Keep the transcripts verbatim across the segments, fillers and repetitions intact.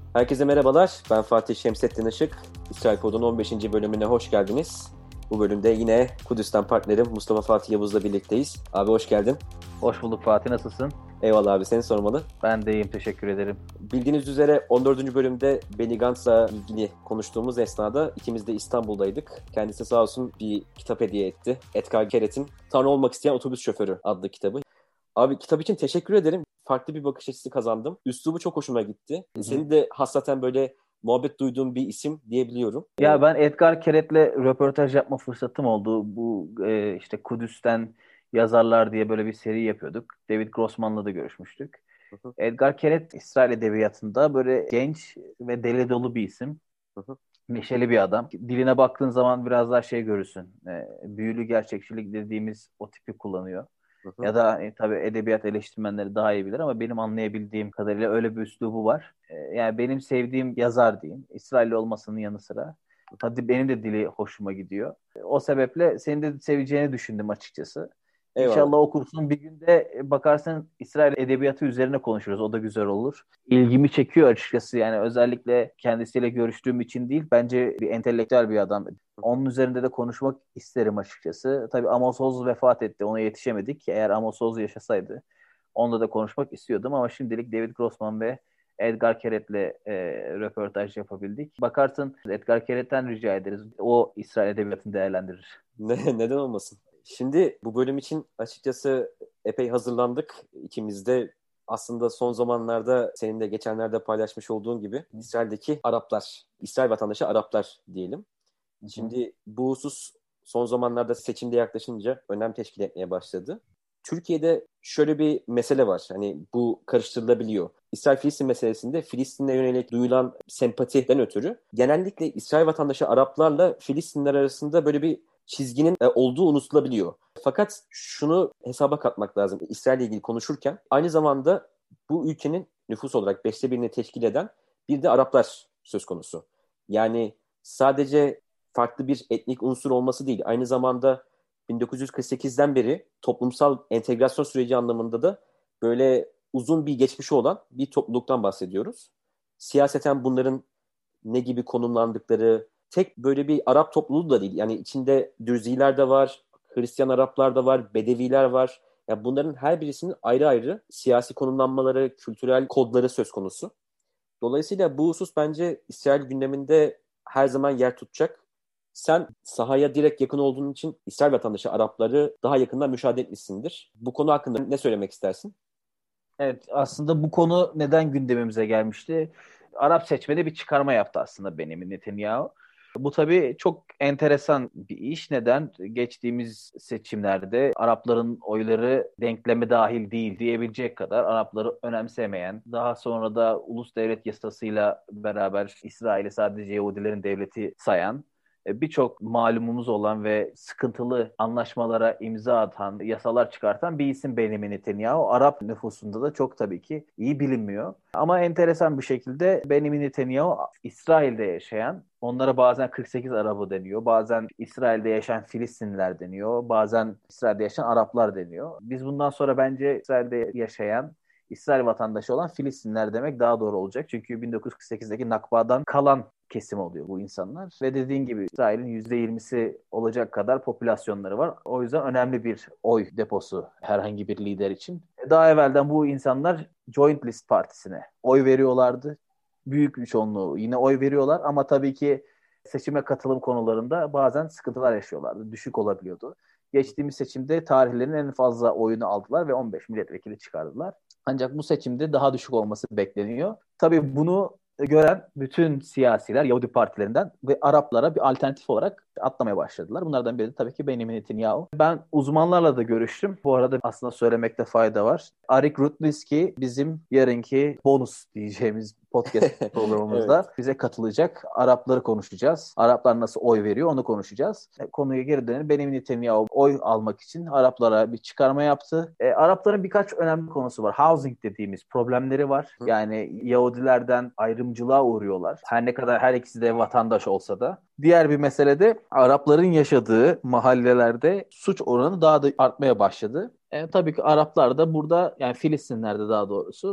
Herkese merhabalar. Ben Fatih Şemsettin Işık. İsrail Pod'un on beşinci bölümüne hoş geldiniz. Bu bölümde yine Kudüs'ten partnerim Mustafa Fatih Yavuz'la birlikteyiz. Abi hoş geldin. Hoş bulduk Fatih, nasılsın? Eyvallah abi, seni sormalı. Ben de iyiyim, teşekkür ederim. Bildiğiniz üzere on dördüncü bölümde Benny Gantz'la ilgili konuştuğumuz esnada ikimiz de İstanbul'daydık. Kendisi sağ olsun bir kitap hediye etti. Edgar Keret'in Tanrı Olmak İsteyen Otobüs Şoförü adlı kitabı. Abi kitap için teşekkür ederim. Farklı bir bakış açısı kazandım. Üslubu çok hoşuma gitti. Hı hı. Senin de hassaten böyle muhabbet duyduğum bir isim diyebiliyorum. Ya ben Edgar Keret'le röportaj yapma fırsatım oldu. Bu e, işte Kudüs'ten yazarlar diye böyle bir seri yapıyorduk. David Grossman'la da görüşmüştük. Hı hı. Edgar Keret İsrail edebiyatında böyle genç ve deli dolu bir isim. Hı hı. Neşeli bir adam. Diline baktığın zaman biraz daha şey görürsün. E, büyülü gerçekçilik dediğimiz o tipi kullanıyor. Hı hı. Ya da e, tabii edebiyat eleştirmenleri daha iyi bilir ama benim anlayabildiğim kadarıyla öyle bir üslubu var. E, yani benim sevdiğim yazar diyeyim. İsrailli olmasının yanı sıra. Hadi benim de dili hoşuma gidiyor. E, o sebeple senin de seveceğini düşündüm açıkçası. Eyvallah. İnşallah okursun. Bir günde e, bakarsın İsrail edebiyatı üzerine konuşuruz. O da güzel olur. İlgimi çekiyor açıkçası. Yani özellikle kendisiyle görüştüğüm için değil. Bence bir entelektüel bir adam. Onun üzerinde de konuşmak isterim açıkçası. Tabii Amos Oz vefat etti. Ona yetişemedik. Eğer Amos Oz yaşasaydı onunla da konuşmak istiyordum. Ama şimdilik David Grossman ve Edgar Keret'le e, röportaj yapabildik. Bakarsın Edgar Keret'ten rica ederiz. O İsrail edebiyatını değerlendirir. Ne, neden olmasın? Şimdi bu bölüm için açıkçası epey hazırlandık. İkimiz de aslında son zamanlarda senin de geçenlerde paylaşmış olduğun gibi İsrail'deki Araplar, İsrail vatandaşı Araplar diyelim. Şimdi bu husus son zamanlarda seçimde yaklaşınca önem teşkil etmeye başladı. Türkiye'de şöyle bir mesele var. Hani bu karıştırılabiliyor. İsrail-Filistin meselesinde Filistin'e yönelik duyulan sempatiden ötürü genellikle İsrail vatandaşı Araplarla Filistinler arasında böyle bir çizginin e, olduğu unutulabiliyor. Fakat şunu hesaba katmak lazım. İsrail'le ilgili konuşurken aynı zamanda bu ülkenin nüfus olarak beşte birini teşkil eden bir de Araplar söz konusu. Yani sadece farklı bir etnik unsur olması değil, aynı zamanda bin dokuz yüz kırk sekizden beri toplumsal entegrasyon süreci anlamında da böyle uzun bir geçmişi olan bir topluluktan bahsediyoruz. Siyaseten bunların ne gibi konumlandıkları, tek böyle bir Arap topluluğu da değil. Yani içinde Dürziler de var, Hristiyan Araplar da var, Bedeviler var. Yani bunların her birisinin ayrı ayrı siyasi konumlanmaları, kültürel kodları söz konusu. Dolayısıyla bu husus bence İsrail gündeminde her zaman yer tutacak. Sen sahaya direkt yakın olduğun için İsrail vatandaşı Arapları daha yakından müşahede etmişsindir. Bu konu hakkında ne söylemek istersin? Evet, aslında bu konu neden gündemimize gelmişti? Arap seçmeni bir çıkarma yaptı aslında Benjamin Netanyahu. Bu tabii çok enteresan bir iş. Neden? Geçtiğimiz seçimlerde Arapların oyları denkleme dahil değil diyebilecek kadar Arapları önemsemeyen, daha sonra da ulus devlet yasasıyla beraber İsrail'i sadece Yahudilerin devleti sayan, birçok malumumuz olan ve sıkıntılı anlaşmalara imza atan, yasalar çıkartan bir isim Benjamin Netanyahu. Arap nüfusunda da çok tabii ki iyi bilinmiyor. Ama enteresan bir şekilde Benjamin Netanyahu İsrail'de yaşayan, onlara bazen kırk sekiz Arabı deniyor, bazen İsrail'de yaşayan Filistinliler deniyor, bazen İsrail'de yaşayan Araplar deniyor. Biz bundan sonra bence İsrail'de yaşayan İsrail vatandaşı olan Filistinler demek daha doğru olacak. Çünkü bin dokuz yüz kırk sekizdeki Nakba'dan kalan kesim oluyor bu insanlar. Ve dediğin gibi İsrail'in yüzde yirmisi olacak kadar popülasyonları var. O yüzden önemli bir oy deposu herhangi bir lider için. Daha evvelden bu insanlar Joint List Partisi'ne oy veriyorlardı. Büyük bir çoğunluğu yine oy veriyorlar ama tabii ki seçime katılım konularında bazen sıkıntılar yaşıyorlardı. Düşük olabiliyordu. Geçtiğimiz seçimde tarihlerin en fazla oyunu aldılar ve on beş milletvekili çıkardılar. Ancak bu seçimde daha düşük olması bekleniyor. Tabii bunu gören bütün siyasiler Yahudi partilerinden ve Araplara bir alternatif olarak atlamaya başladılar. Bunlardan biri de tabii ki Benjamin Netanyahu. Ben uzmanlarla da görüştüm. Bu arada aslında söylemekte fayda var. Arik Rudliski bizim yarınki bonus diyeceğimiz podcast programımızda evet. bize katılacak. Arapları konuşacağız. Araplar nasıl oy veriyor onu konuşacağız. E, konuya geri dönelim. Benjamin Netanyahu oy almak için Araplara bir çıkarma yaptı. E, Arapların birkaç önemli konusu var. Housing dediğimiz problemleri var. Yani Yahudilerden ayrımcılığa uğruyorlar. Her ne kadar her ikisi de vatandaş olsa da. Diğer bir mesele de Arapların yaşadığı mahallelerde suç oranı daha da artmaya başladı. E, tabii ki Araplar da burada, yani Filistinler'de daha doğrusu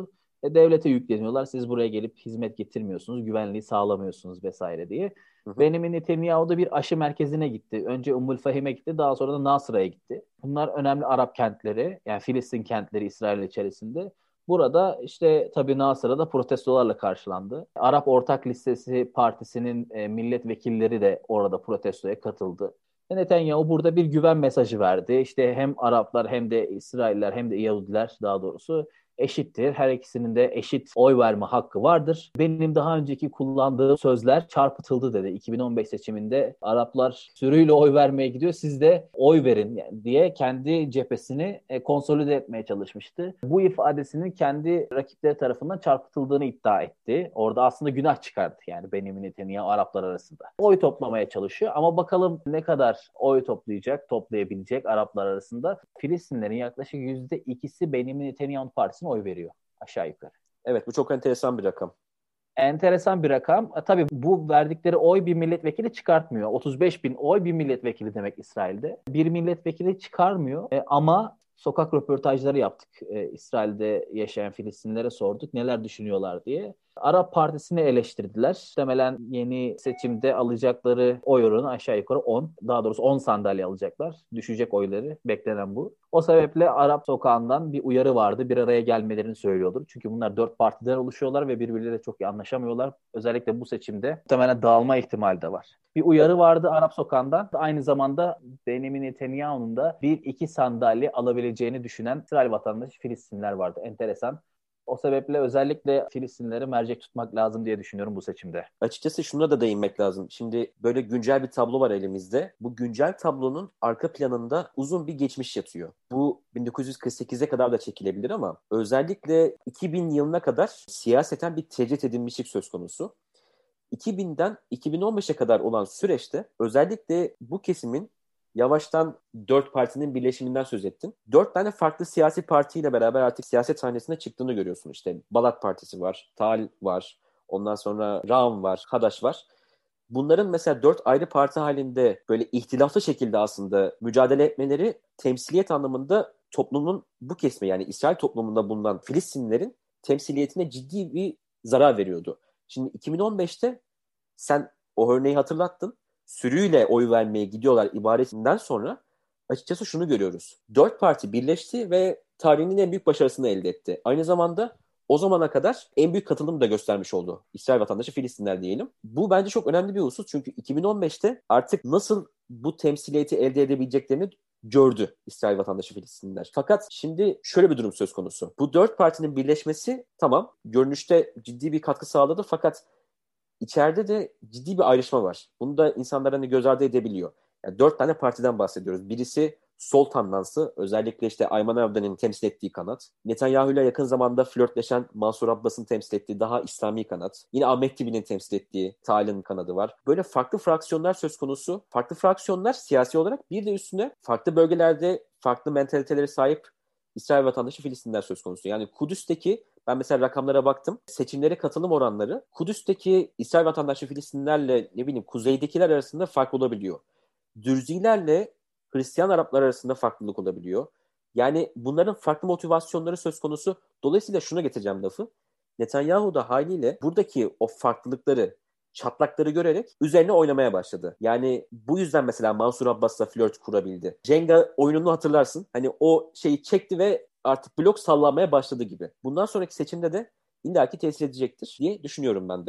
E, devlete yükleniyorlar. Siz buraya gelip hizmet getirmiyorsunuz, güvenliği sağlamıyorsunuz vesaire diye. Hı hı. Benjamin Netanyahu da bir aşı merkezine gitti. Önce Ümmülfahim'e gitti, daha sonra da Nasır'a gitti. Bunlar önemli Arap kentleri, yani Filistin kentleri İsrail içerisinde. Burada işte tabii Nasır'a da protestolarla karşılandı. Arap Ortak Listesi Partisi'nin e, milletvekilleri de orada protestoya katıldı. Netanyahu burada bir güven mesajı verdi. İşte hem Araplar hem de İsrailler hem de Yahudiler daha doğrusu eşittir. Her ikisinin de eşit oy verme hakkı vardır. Benim daha önceki kullandığım sözler çarpıtıldı dedi. iki bin on beş seçiminde Araplar sürüyle oy vermeye gidiyor. Siz de oy verin yani diye kendi cephesini e, konsolide etmeye çalışmıştı. Bu ifadesinin kendi rakipleri tarafından çarpıtıldığını iddia etti. Orada aslında günah çıkardı yani Benjamin Netanyahu Araplar arasında. Oy toplamaya çalışıyor ama bakalım ne kadar oy toplayacak, toplayabilecek Araplar arasında. Filistinlerin yaklaşık yüzde ikisi Benjamin Netanyahu Partisi'ne oy veriyor aşağı yukarı. Evet, bu çok enteresan bir rakam. Enteresan bir rakam. E, tabii bu verdikleri oy bir milletvekili çıkartmıyor. otuz beş bin oy bir milletvekili demek İsrail'de. Bir milletvekili çıkarmıyor e, ama sokak röportajları yaptık. E, İsrail'de yaşayan Filistinlilere sorduk neler düşünüyorlar diye. Arap Partisi'ni eleştirdiler. Muhtemelen yeni seçimde alacakları oy oranı aşağı yukarı on. Daha doğrusu on sandalye alacaklar. Düşecek oyları. Beklenen bu. O sebeple Arap sokağından bir uyarı vardı. Bir araya gelmelerini söylüyordur. Çünkü bunlar dört partiden oluşuyorlar ve birbirleriyle çok iyi anlaşamıyorlar. Özellikle bu seçimde muhtemelen dağılma ihtimali de var. Bir uyarı vardı Arap sokağından. Aynı zamanda Benjamin Netanyahu'nun da bir iki sandalye alabileceğini düşünen İsrail vatandaşı Filistinler vardı. Enteresan. O sebeple özellikle Filistinleri mercek tutmak lazım diye düşünüyorum bu seçimde. Açıkçası şuna da değinmek lazım. Şimdi böyle güncel bir tablo var elimizde. Bu güncel tablonun arka planında uzun bir geçmiş yatıyor. Bu bin dokuz yüz kırk sekize kadar da çekilebilir ama özellikle iki bin yılına kadar siyaseten bir tecrit edilmişlik söz konusu. iki binden iki bin on beşe kadar olan süreçte özellikle bu kesimin yavaştan dört partinin birleşiminden söz ettin. Dört tane farklı siyasi partiyle beraber artık siyaset sahnesine çıktığını görüyorsun. İşte Balat Partisi var, Tal var, ondan sonra Ra'am var, Hadaş var. Bunların mesela dört ayrı parti halinde böyle ihtilaflı şekilde aslında mücadele etmeleri temsiliyet anlamında toplumun bu kesme yani İsrail toplumunda bulunan Filistinlilerin temsiliyetine ciddi bir zarar veriyordu. Şimdi iki bin on beşte sen o örneği hatırlattın. Sürüyle oy vermeye gidiyorlar ibaresinden sonra açıkçası şunu görüyoruz. Dört parti birleşti ve tarihinin en büyük başarısını elde etti. Aynı zamanda o zamana kadar en büyük katılım da göstermiş oldu. İsrail vatandaşı Filistinler diyelim. Bu bence çok önemli bir husus çünkü iki bin on beşte artık nasıl bu temsiliyeti elde edebileceklerini gördü İsrail vatandaşı Filistinliler. Fakat şimdi şöyle bir durum söz konusu. Bu dört partinin birleşmesi tamam görünüşte ciddi bir katkı sağladı fakat İçeride de ciddi bir ayrışma var. Bunu da insanlar hani göz ardı edebiliyor. Yani dört tane partiden bahsediyoruz. Birisi sol tandansı, özellikle işte Ayman Avdan'ın temsil ettiği kanat. Netanyahu ile yakın zamanda flörtleşen Mansur Abbas'ın temsil ettiği daha İslami kanat. Yine Ahmet Tibi'nin temsil ettiği Tal'in kanadı var. Böyle farklı fraksiyonlar söz konusu. Farklı fraksiyonlar siyasi olarak bir de üstüne farklı bölgelerde farklı mentalitelere sahip İsrail vatandaşı Filistinler söz konusu. Yani Kudüs'teki ben mesela rakamlara baktım. Seçimlere katılım oranları Kudüs'teki İsrail vatandaşı Filistinlerle ne bileyim kuzeydekiler arasında fark olabiliyor. Dürzilerle Hristiyan Araplar arasında farklılık olabiliyor. Yani bunların farklı motivasyonları söz konusu. Dolayısıyla şuna getireceğim lafı. Netanyahu da haliyle buradaki o farklılıkları, çatlakları görerek üzerine oynamaya başladı. Yani bu yüzden mesela Mansur Abbas'la flört kurabildi. Jenga oyununu hatırlarsın. Hani o şeyi çekti ve artık blok sallanmaya başladı gibi. Bundan sonraki seçimde de illaki tesir edecektir diye düşünüyorum ben de.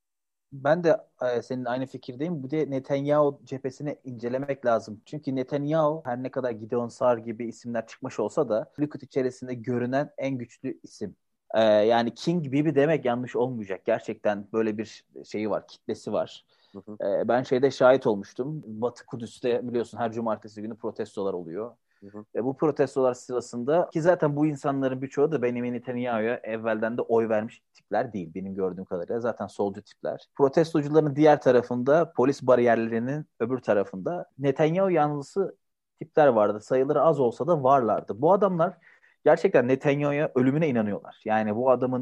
Ben de e, senin aynı fikirdeyim. Bu de Netanyahu cephesini incelemek lazım. Çünkü Netanyahu her ne kadar Gideon Sa'ar gibi isimler çıkmış olsa da Likud içerisinde görünen en güçlü isim. E, yani King Bibi demek yanlış olmayacak. Gerçekten böyle bir şeyi var, kitlesi var. Hı hı, E, ben şeyde şahit olmuştum. Batı Kudüs'te biliyorsun her cumartesi günü protestolar oluyor. hı hı. Ve bu protestolar sırasında ki zaten bu insanların birçoğu da Benjamin Netanyahu'ya evvelden de oy vermiş tipler değil benim gördüğüm kadarıyla. Zaten solcu tipler. Protestocuların diğer tarafında polis bariyerlerinin öbür tarafında Netanyahu yanlısı tipler vardı. Sayıları az olsa da varlardı. Bu adamlar gerçekten Netanyahu'ya ölümüne inanıyorlar. Yani bu adamın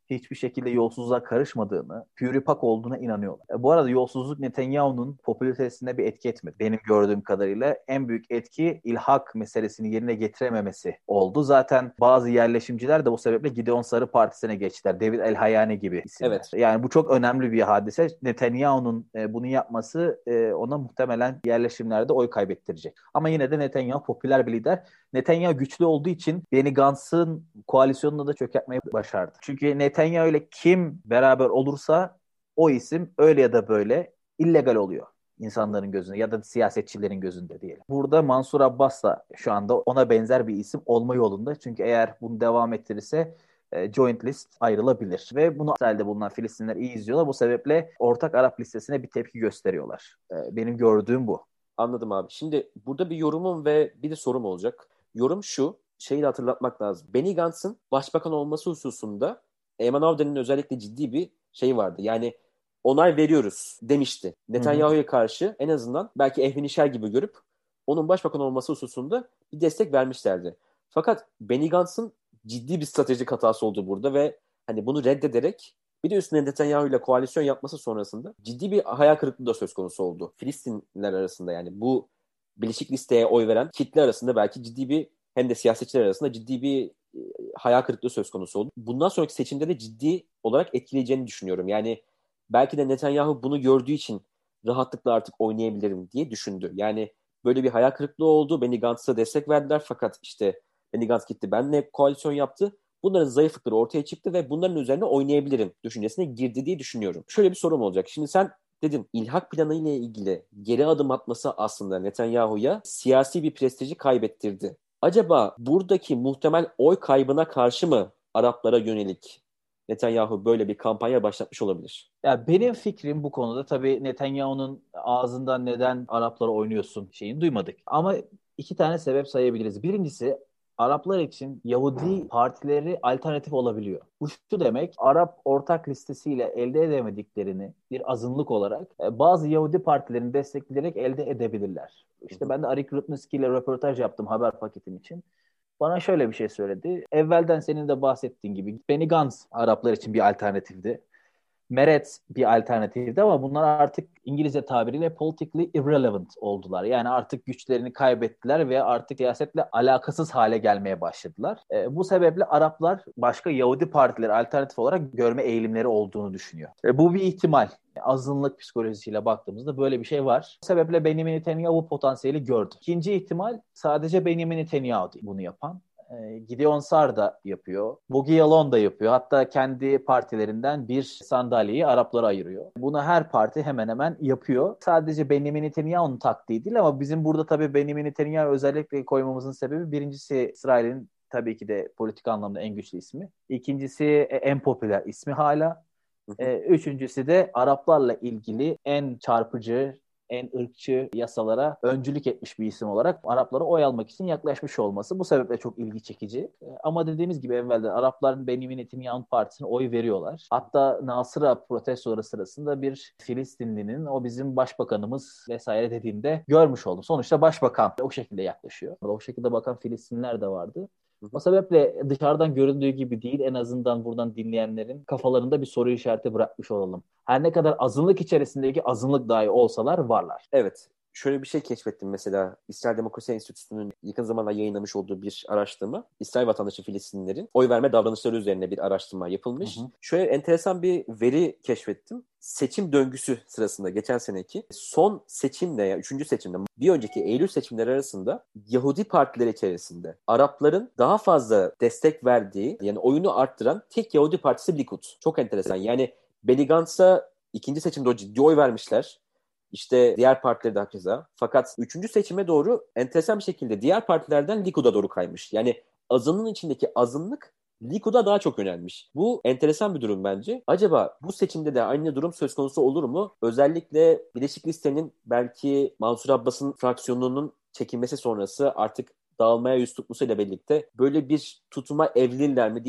hiçbir şekilde yolsuzluğa karışmadığını, pürüpak olduğuna inanıyorlar. E, bu arada yolsuzluk Netanyahu'nun popülaritesine bir etki etmedi. Benim gördüğüm kadarıyla en büyük etki ilhak meselesini yerine getirememesi oldu. Zaten bazı yerleşimciler de bu sebeple Gideon Sarı Partisi'ne geçtiler. David El-Hayani gibi isimler. Evet. Yani bu çok önemli bir hadise. Netanyahu'nun e, bunu yapması e, ona muhtemelen yerleşimlerde oy kaybettirecek. Ama yine de Netanyahu popüler bir lider. Netanyahu güçlü olduğu için Benny Gantz'ın koalisyonunu da çökertmeyi başardı. Çünkü Netanyahu ile kim beraber olursa o isim öyle ya da böyle illegal oluyor insanların gözünde ya da siyasetçilerin gözünde diyelim. Burada Mansur Abbas da şu anda ona benzer bir isim olma yolunda. Çünkü eğer bunu devam ettirirse e, Joint List ayrılabilir. Ve bunu İsrail'de bulunan Filistinler iyi izliyorlar. Bu sebeple ortak Arap listesine bir tepki gösteriyorlar. E, benim gördüğüm bu. Anladım abi. Şimdi burada bir yorumum ve bir de sorum olacak. Yorum şu, şeyi de hatırlatmak lazım. Benny Gantz'ın başbakan olması hususunda Eyman Avden'in özellikle ciddi bir şey vardı. Yani onay veriyoruz demişti. Netanyahu'ya karşı en azından belki Ehven İşer gibi görüp onun başbakan olması hususunda bir destek vermişlerdi. Fakat Benny Gantz'ın ciddi bir stratejik hatası oldu burada ve hani bunu reddederek bir de üstüne Netanyahu ile koalisyon yapması sonrasında ciddi bir hayal kırıklığı da söz konusu oldu. Filistinliler arasında yani bu Birleşik Liste'ye oy veren kitle arasında belki ciddi bir hem de siyasetçiler arasında ciddi bir e, hayal kırıklığı söz konusu oldu. Bundan sonraki seçimde de ciddi olarak etkileyeceğini düşünüyorum. Yani belki de Netanyahu bunu gördüğü için rahatlıkla artık oynayabilirim diye düşündü. Yani böyle bir hayal kırıklığı oldu. Benny Gantz'a destek verdiler fakat işte Benny Gantz gitti benimle koalisyon yaptı. Bunların zayıflıkları ortaya çıktı ve bunların üzerine oynayabilirim düşüncesine girdi diye düşünüyorum. Şöyle bir sorum olacak. Şimdi sen dedin ilhak planı ile ilgili geri adım atması aslında Netanyahu'ya siyasi bir prestiji kaybettirdi. Acaba buradaki muhtemel oy kaybına karşı mı Araplara yönelik Netanyahu böyle bir kampanya başlatmış olabilir? Ya benim fikrim bu konuda tabii Netanyahu'nun ağzından neden Araplara oynuyorsun şeyini duymadık. Ama iki tane sebep sayabiliriz. Birincisi Araplar için Yahudi partileri alternatif olabiliyor. Bu şu demek, Arap ortak listesiyle elde edemediklerini bir azınlık olarak e, bazı Yahudi partilerini destekleyerek elde edebilirler. İşte ben de Arik Rutniski ile röportaj yaptım haber paketim için. Bana şöyle bir şey söyledi. Evvelden senin de bahsettiğin gibi Benny Gantz Araplar için bir alternatifti. Meretz bir alternatifti ama bunlar artık İngilizce tabiriyle politically irrelevant oldular. Yani artık güçlerini kaybettiler ve artık siyasetle alakasız hale gelmeye başladılar. E, bu sebeple Araplar başka Yahudi partileri alternatif olarak görme eğilimleri olduğunu düşünüyor. E, bu bir ihtimal. Azınlık psikolojisiyle baktığımızda böyle bir şey var. Bu sebeple Benjamin Netanyahu bu potansiyeli gördü. İkinci ihtimal sadece Benjamin Netanyahu değil bunu yapan. Gideon Sar da yapıyor. Bogi Yalon da yapıyor. Hatta kendi partilerinden bir sandalyeyi Araplara ayırıyor. Bunu her parti hemen hemen yapıyor. Sadece Benjamin Netanyahu'nun taktiği değil ama bizim burada tabii Benjamin Netanyahu özellikle koymamızın sebebi birincisi İsrail'in tabii ki de politik anlamda en güçlü ismi. İkincisi en popüler ismi hala. Üçüncüsü de Araplarla ilgili en çarpıcı, en ırkçı yasalara öncülük etmiş bir isim olarak Araplara oy almak için yaklaşmış olması bu sebeple çok ilgi çekici. Ama dediğimiz gibi evvelden Arapların Benjamin Netanyahu partisine oy veriyorlar. Hatta Nasıra protestoları sırasında bir Filistinlinin o bizim başbakanımız vesaire dediğinde görmüş oldum. Sonuçta başbakan o şekilde yaklaşıyor. O şekilde bakan Filistinliler de vardı. O sebeple dışarıdan göründüğü gibi değil, en azından buradan dinleyenlerin kafalarında bir soru işareti bırakmış olalım. Her ne kadar azınlık içerisindeki azınlık dahi olsalar varlar. Evet. Şöyle bir şey keşfettim mesela. İsrail Demokrasi Enstitüsü'nün yakın zamanda yayınlamış olduğu bir araştırma. İsrail vatandaşı Filistinlilerin oy verme davranışları üzerine bir araştırma yapılmış. Hı hı. Şöyle enteresan bir veri keşfettim. Seçim döngüsü sırasında geçen seneki son seçimle ya üçüncü seçimde bir önceki Eylül seçimleri arasında Yahudi partileri içerisinde Arapların daha fazla destek verdiği yani oyunu arttıran tek Yahudi partisi Likud. Çok enteresan. Yani Benny Gantz'a ikinci seçimde o ciddi oy vermişler. İşte diğer partileri de hakeza. Fakat üçüncü seçime doğru enteresan bir şekilde diğer partilerden Likud'a doğru kaymış. Yani azınlığın içindeki azınlık Likud'a daha çok yönelmiş. Bu enteresan bir durum bence. Acaba bu seçimde de aynı durum söz konusu olur mu? Özellikle Birleşik Liste'nin belki Mansur Abbas'ın fraksiyonunun çekilmesi sonrası artık dağılmaya yüz tutmasıyla birlikte böyle bir tutuma evrilirler mi diye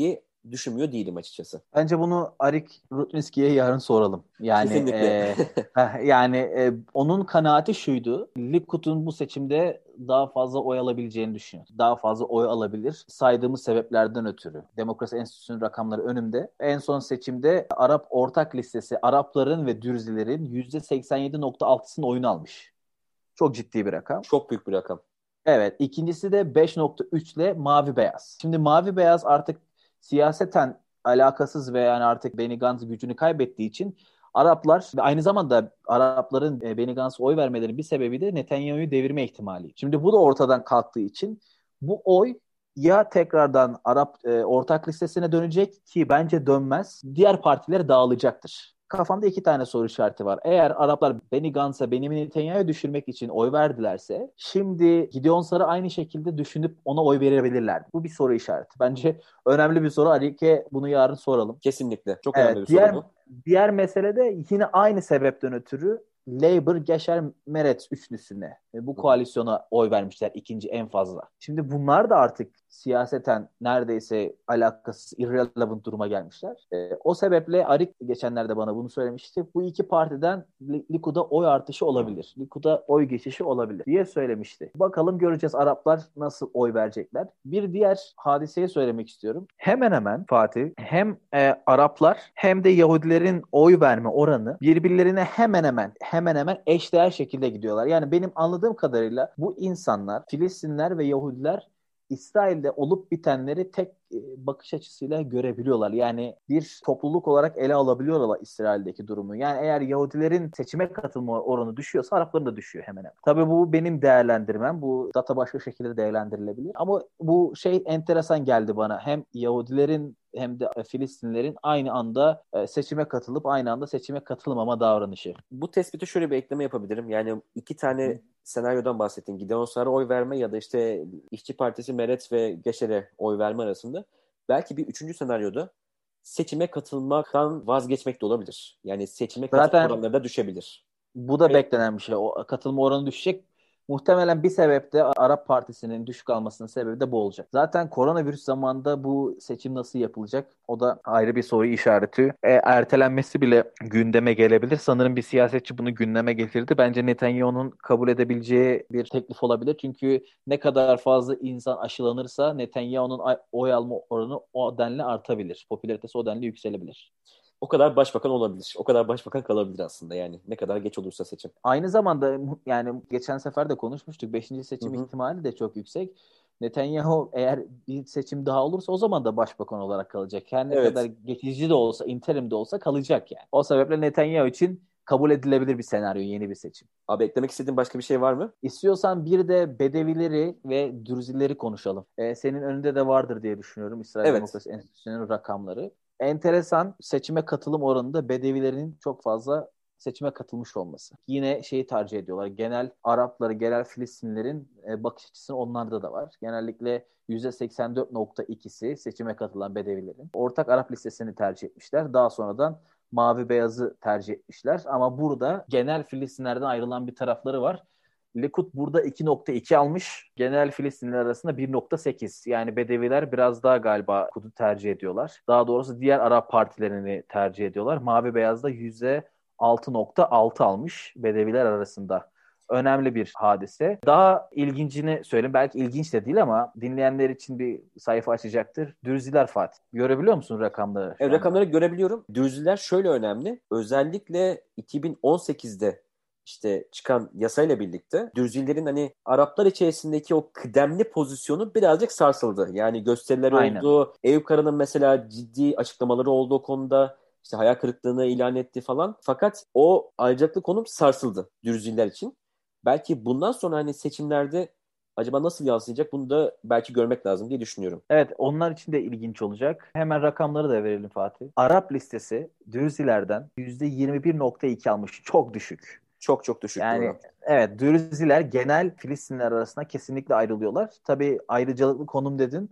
düşünmüyor değilim açıkçası. Bence bunu Arik Rudninski'ye yarın soralım. Yani Kesinlikle. e, heh, yani e, onun kanaati şuydu. Likud'un bu seçimde daha fazla oy alabileceğini düşünüyor. Daha fazla oy alabilir. Saydığımız sebeplerden ötürü. Demokrasi Enstitüsü'nün rakamları önümde. En son seçimde Arap ortak listesi Arapların ve Dürzilerin yüzde seksen yedi nokta altısının oyunu almış. Çok ciddi bir rakam. Çok büyük bir rakam. Evet. İkincisi de beş nokta üç ile Mavi Beyaz. Şimdi Mavi Beyaz artık siyaseten alakasız ve yani artık Benny Gantz gücünü kaybettiği için Araplar ve aynı zamanda Arapların e, Benny Gantz'a oy vermelerinin bir sebebi de Netanyahu'yu devirme ihtimali. Şimdi bu da ortadan kalktığı için bu oy ya tekrardan Arap e, ortak listesine dönecek ki bence dönmez. Diğer partiler dağılacaktır. Kafamda iki tane soru işareti var. Eğer Araplar Benny Gantz'a, Benjamin Netanyahu'yu düşürmek için oy verdilerse, şimdi Gideon Sar'ı aynı şekilde düşünüp ona oy verebilirler. Bu bir soru işareti. Bence önemli bir soru. Arik'e bunu yarın soralım. Kesinlikle. Çok önemli Evet, bir soru diğer bu. diğer mesele de yine aynı sebepten ötürü Labour, Geçer, Meretz üçlüsüne e, bu koalisyona oy vermişler ikinci en fazla. Şimdi bunlar da artık siyaseten neredeyse alakasız, irrelevant duruma gelmişler. E, o sebeple Arik geçenlerde bana bunu söylemişti. Bu iki partiden Likud'a oy artışı olabilir. Likud'a oy geçişi olabilir diye söylemişti. Bakalım göreceğiz Araplar nasıl oy verecekler. Bir diğer hadiseyi söylemek istiyorum. Hemen hemen Fatih hem e, Araplar hem de Yahudilerin oy verme oranı birbirlerine hemen hemen hemen hemen eşdeğer şekilde gidiyorlar. Yani benim anladığım kadarıyla bu insanlar, Filistinler ve Yahudiler İsrail'de olup bitenleri tek e, bakış açısıyla görebiliyorlar. Yani bir topluluk olarak ele alabiliyorlar İsrail'deki durumu. Yani eğer Yahudilerin seçime katılma oranı düşüyorsa Arapların da düşüyor hemen hemen. Tabii bu benim değerlendirmem. Bu data başka şekilde değerlendirilebilir. Ama bu şey enteresan geldi bana. Hem Yahudilerin hem de Filistinlerin aynı anda seçime katılıp aynı anda seçime katılmama davranışı. Bu tespite şöyle bir ekleme yapabilirim. Yani iki tane Hı. senaryodan bahsettin. Gideon Sar'a oy verme ya da işte İşçi Partisi Meretz ve Geçer'e oy verme arasında. Belki bir üçüncü senaryoda seçime katılmaktan vazgeçmek de olabilir. Yani seçime katılma Zaten oranları da düşebilir. bu da Evet. beklenen bir şey. O katılma oranı düşecek. Muhtemelen bir sebep de Arap Partisi'nin düşük almasının sebebi de bu olacak. Zaten koronavirüs zamanında bu seçim nasıl yapılacak? O da ayrı bir soru işareti. E, ertelenmesi bile gündeme gelebilir. Sanırım bir siyasetçi bunu gündeme getirdi. Bence Netanyahu'nun kabul edebileceği bir teklif olabilir. Çünkü ne kadar fazla insan aşılanırsa Netanyahu'nun oy alma oranı o denli artabilir. Popülaritesi o denli yükselebilir. O kadar başbakan olabilir. O kadar başbakan kalabilir aslında yani. Ne kadar geç olursa seçim. Aynı zamanda yani geçen sefer de konuşmuştuk. Beşinci seçim hı hı. ihtimali de çok yüksek. Netanyahu eğer bir seçim daha olursa o zaman da başbakan olarak kalacak. Her ne evet. kadar geçici de olsa, interim de olsa kalacak yani. O sebeple Netanyahu için kabul edilebilir bir senaryo, yeni bir seçim. Abi eklemek istediğin başka bir şey var mı? İstiyorsan bir de Bedevileri ve Dürzileri konuşalım. Ee, senin önünde de vardır diye düşünüyorum İsrail evet. Demokrasi Enstitüsü'nün rakamları. Enteresan, seçime katılım oranında Bedevilerin çok fazla seçime katılmış olması. Yine şeyi tercih ediyorlar. Genel Arapları, genel Filistinlilerin e, bakış açısı onlarda da var. Genellikle yüzde seksen dört nokta ikisi seçime katılan Bedevilerin ortak Arap listesini tercih etmişler. Daha sonradan mavi beyazı tercih etmişler. Ama burada genel Filistinlerden ayrılan bir tarafları var. Likud burada iki nokta iki almış. Genel Filistinliler arasında bir nokta sekiz. Yani Bedeviler biraz daha galiba Likud'u tercih ediyorlar. Daha doğrusu diğer Arap partilerini tercih ediyorlar. Mavi beyazda yüzde altı nokta altı almış Bedeviler arasında. Önemli bir hadise. Daha ilgincini söyleyeyim. Belki ilginç de değil ama dinleyenler için bir sayfa açacaktır. Dürziler Fatih. Görebiliyor musun rakamları? Evet, rakamları görebiliyorum. Dürziler şöyle önemli. Özellikle iki bin on sekizde işte çıkan yasayla birlikte Dürzilerin hani Araplar içerisindeki o kıdemli pozisyonu birazcık sarsıldı. Yani gösteriler Aynen. oldu. Eyüp Kara'nın mesela ciddi açıklamaları oldu o konuda. İşte hayal kırıklığını ilan etti falan. Fakat o ayrıcalıklı konum sarsıldı Dürziler için. Belki bundan sonra hani seçimlerde acaba nasıl yansıyacak bunu da belki görmek lazım diye düşünüyorum. Evet, onlar için de ilginç olacak. Hemen rakamları da verelim Fatih. Arap listesi Dürzilerden yüzde yirmi bir nokta iki almış. Çok düşük. Çok çok düşük. Yani doğru. Evet, Dürziler genel Filistinler arasında kesinlikle ayrılıyorlar. Tabii ayrıcalıklı konum dedin.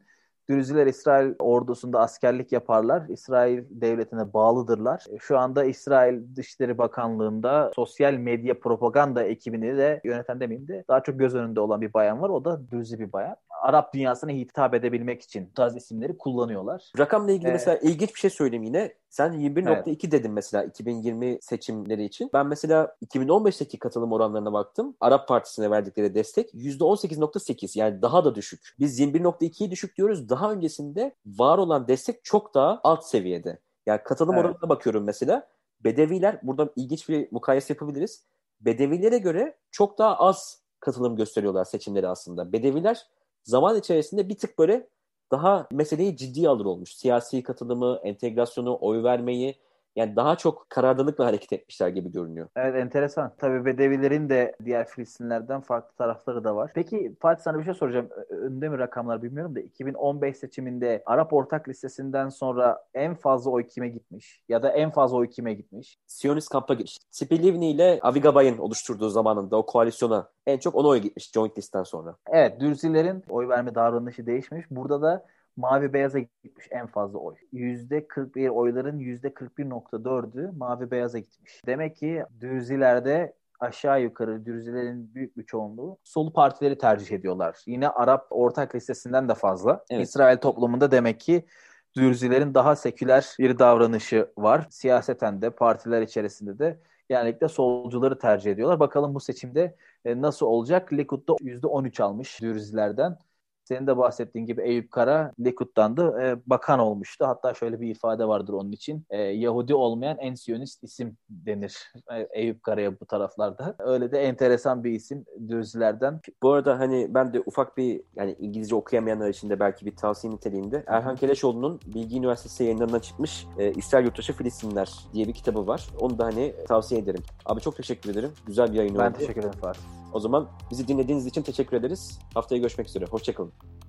Dürziler İsrail ordusunda askerlik yaparlar. İsrail devletine bağlıdırlar. Şu anda İsrail Dışişleri Bakanlığı'nda sosyal medya propaganda ekibini de yöneten demeyeyim de daha çok göz önünde olan bir bayan var. O da Dürzi bir bayan. Arap dünyasına hitap edebilmek için bu tarz isimleri kullanıyorlar. Rakamla ilgili Ee, mesela ilginç bir şey söyleyeyim yine. Sen yirmi bir nokta iki evet. dedin mesela iki bin yirmi seçimleri için. Ben mesela iki bin on beşteki katılım oranlarına baktım. Arap Partisi'ne verdikleri destek yüzde on sekiz nokta sekiz, yani daha da düşük. Biz yirmi bir nokta ikiyi düşük diyoruz. Daha öncesinde var olan destek çok daha alt seviyede. Yani katılım evet. oranına bakıyorum mesela. Bedeviler, burada ilginç bir mukayese yapabiliriz. Bedevilere göre çok daha az katılım gösteriyorlar seçimleri aslında. Bedeviler zaman içerisinde bir tık böyle daha meseleyi ciddiye alır olmuş. Siyasi katılımı, entegrasyonu, oy vermeyi, yani daha çok kararlılıkla hareket etmişler gibi görünüyor. Evet, enteresan. Tabii Bedevilerin de diğer Filistinlerden farklı tarafları da var. Peki Fatih, sana bir şey soracağım. Önde mi rakamlar bilmiyorum da iki bin on beş seçiminde Arap Ortak Listesi'nden sonra en fazla oy kime gitmiş? Ya da en fazla oy kime gitmiş? Siyonist kampa gitmiş. Tzipi Livni ile Avi Gabay'ın oluşturduğu zamanında o koalisyona en çok ona oy gitmiş Joint List'ten sonra. Evet, Dürzilerin oy verme davranışı değişmiş. Burada da Mavi Beyaz'a gitmiş en fazla oy. yüzde kırk bir oyların yüzde kırk bir nokta dördü Mavi Beyaz'a gitmiş. Demek ki Dürzilerde aşağı yukarı Dürzilerin büyük bir çoğunluğu sol partileri tercih ediyorlar. Yine Arap Ortak Listesi'nden de fazla. Evet. İsrail toplumunda demek ki Dürzilerin daha seküler bir davranışı var. Siyaseten de partiler içerisinde de genellikle solcuları tercih ediyorlar. Bakalım bu seçimde nasıl olacak? Likud'da yüzde on üç almış Dürzilerden. Senin de bahsettiğin gibi Eyüp Kara Likud'dan da e, bakan olmuştu. Hatta şöyle bir ifade vardır onun için. E, Yahudi olmayan en Siyonist isim denir e, Eyüp Kara'ya bu taraflarda. Öyle de enteresan bir isim Dürzilerden. Bu arada hani ben de ufak bir, yani İngilizce okuyamayanlar için de belki bir tavsiye niteliğinde Erhan Keleşoğlu'nun Bilgi Üniversitesi yayınlarından çıkmış e, İsrail Yurttaşı Filistinler diye bir kitabı var. Onu da hani tavsiye ederim. Abi çok teşekkür ederim. Güzel bir yayın oldu. Ben teşekkür ederim Fatih. O zaman bizi dinlediğiniz için teşekkür ederiz. Haftaya görüşmek üzere. Hoşçakalın.